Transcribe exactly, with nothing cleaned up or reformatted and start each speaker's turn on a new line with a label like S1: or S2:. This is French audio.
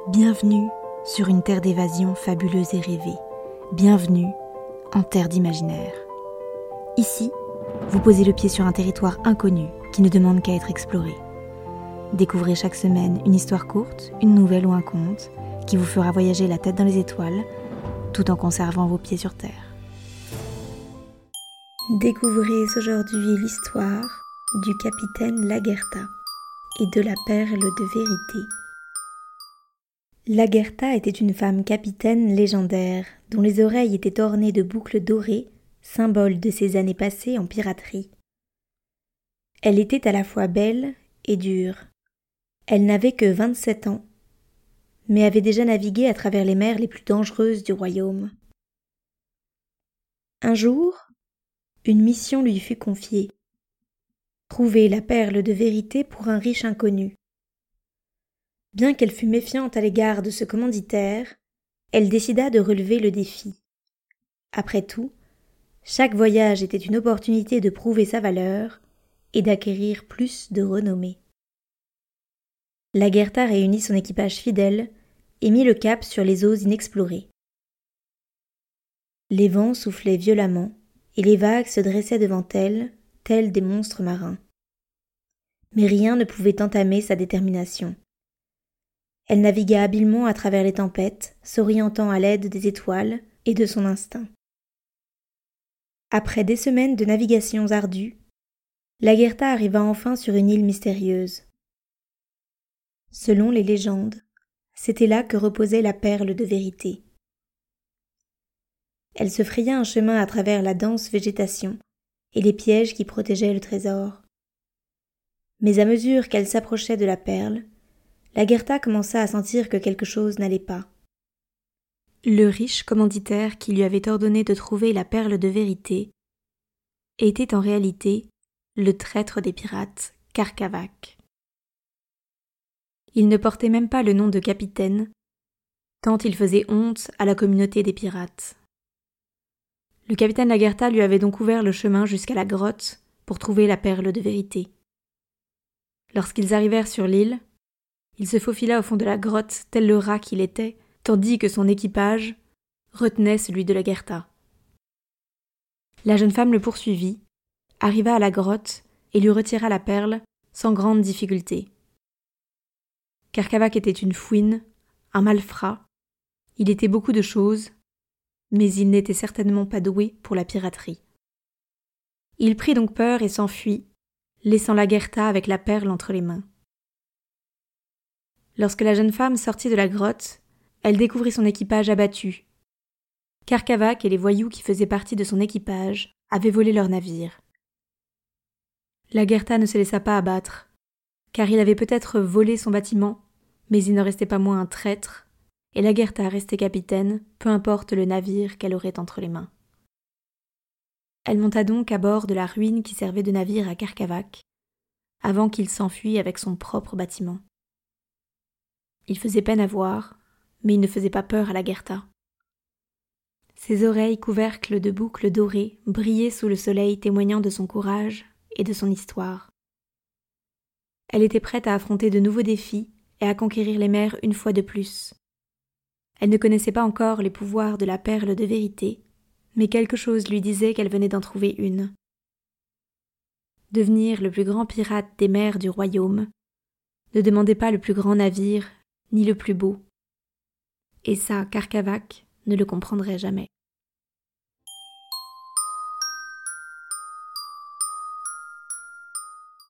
S1: Bienvenue sur une terre d'évasion fabuleuse et rêvée. Bienvenue en terre d'imaginaire. Ici, vous posez le pied sur un territoire inconnu qui ne demande qu'à être exploré. Découvrez chaque semaine une histoire courte, une nouvelle ou un conte qui vous fera voyager la tête dans les étoiles tout en conservant vos pieds sur terre. Découvrez aujourd'hui l'histoire du capitaine Lagertha et de la perle de vérité. Lagertha était une femme capitaine légendaire dont les oreilles étaient ornées de boucles dorées, symbole de ses années passées en piraterie. Elle était à la fois belle et dure. Elle n'avait que vingt-sept ans, mais avait déjà navigué à travers les mers les plus dangereuses du royaume. Un jour, une mission lui fut confiée. Trouver la perle de vérité pour un riche inconnu. Bien qu'elle fût méfiante à l'égard de ce commanditaire, elle décida de relever le défi. Après tout, chaque voyage était une opportunité de prouver sa valeur et d'acquérir plus de renommée. Lagertha réunit son équipage fidèle et mit le cap sur les eaux inexplorées. Les vents soufflaient violemment et les vagues se dressaient devant elle, tels des monstres marins. Mais rien ne pouvait entamer sa détermination. Elle navigua habilement à travers les tempêtes, s'orientant à l'aide des étoiles et de son instinct. Après des semaines de navigations ardues, Lagertha arriva enfin sur une île mystérieuse. Selon les légendes, c'était là que reposait la perle de vérité. Elle se fraya un chemin à travers la dense végétation et les pièges qui protégeaient le trésor. Mais à mesure qu'elle s'approchait de la perle, Lagertha commença à sentir que quelque chose n'allait pas. Le riche commanditaire qui lui avait ordonné de trouver la perle de vérité était en réalité le traître des pirates, Karkavak. Il ne portait même pas le nom de capitaine, tant il faisait honte à la communauté des pirates. Le capitaine Lagertha lui avait donc ouvert le chemin jusqu'à la grotte pour trouver la perle de vérité. Lorsqu'ils arrivèrent sur l'île, il se faufila au fond de la grotte tel le rat qu'il était, tandis que son équipage retenait celui de Lagertha. La jeune femme le poursuivit, arriva à la grotte et lui retira la perle sans grande difficulté. Karkavak était une fouine, un malfrat, il était beaucoup de choses, mais il n'était certainement pas doué pour la piraterie. Il prit donc peur et s'enfuit, laissant Lagertha avec la perle entre les mains. Lorsque la jeune femme sortit de la grotte, elle découvrit son équipage abattu. Karkavak et les voyous qui faisaient partie de son équipage avaient volé leur navire. Lagertha ne se laissa pas abattre, car il avait peut-être volé son bâtiment, mais il ne restait pas moins un traître, et Lagertha restait capitaine, peu importe le navire qu'elle aurait entre les mains. Elle monta donc à bord de la ruine qui servait de navire à Karkavak, avant qu'il s'enfuît avec son propre bâtiment. Il faisait peine à voir, mais il ne faisait pas peur à Lagertha. Ses oreilles couvercles de boucles dorées brillaient sous le soleil témoignant de son courage et de son histoire. Elle était prête à affronter de nouveaux défis et à conquérir les mers une fois de plus. Elle ne connaissait pas encore les pouvoirs de la perle de vérité, mais quelque chose lui disait qu'elle venait d'en trouver une. Devenir le plus grand pirate des mers du royaume ne demandait pas le plus grand navire, ni le plus beau. Et ça, Karkavak ne le comprendrait jamais.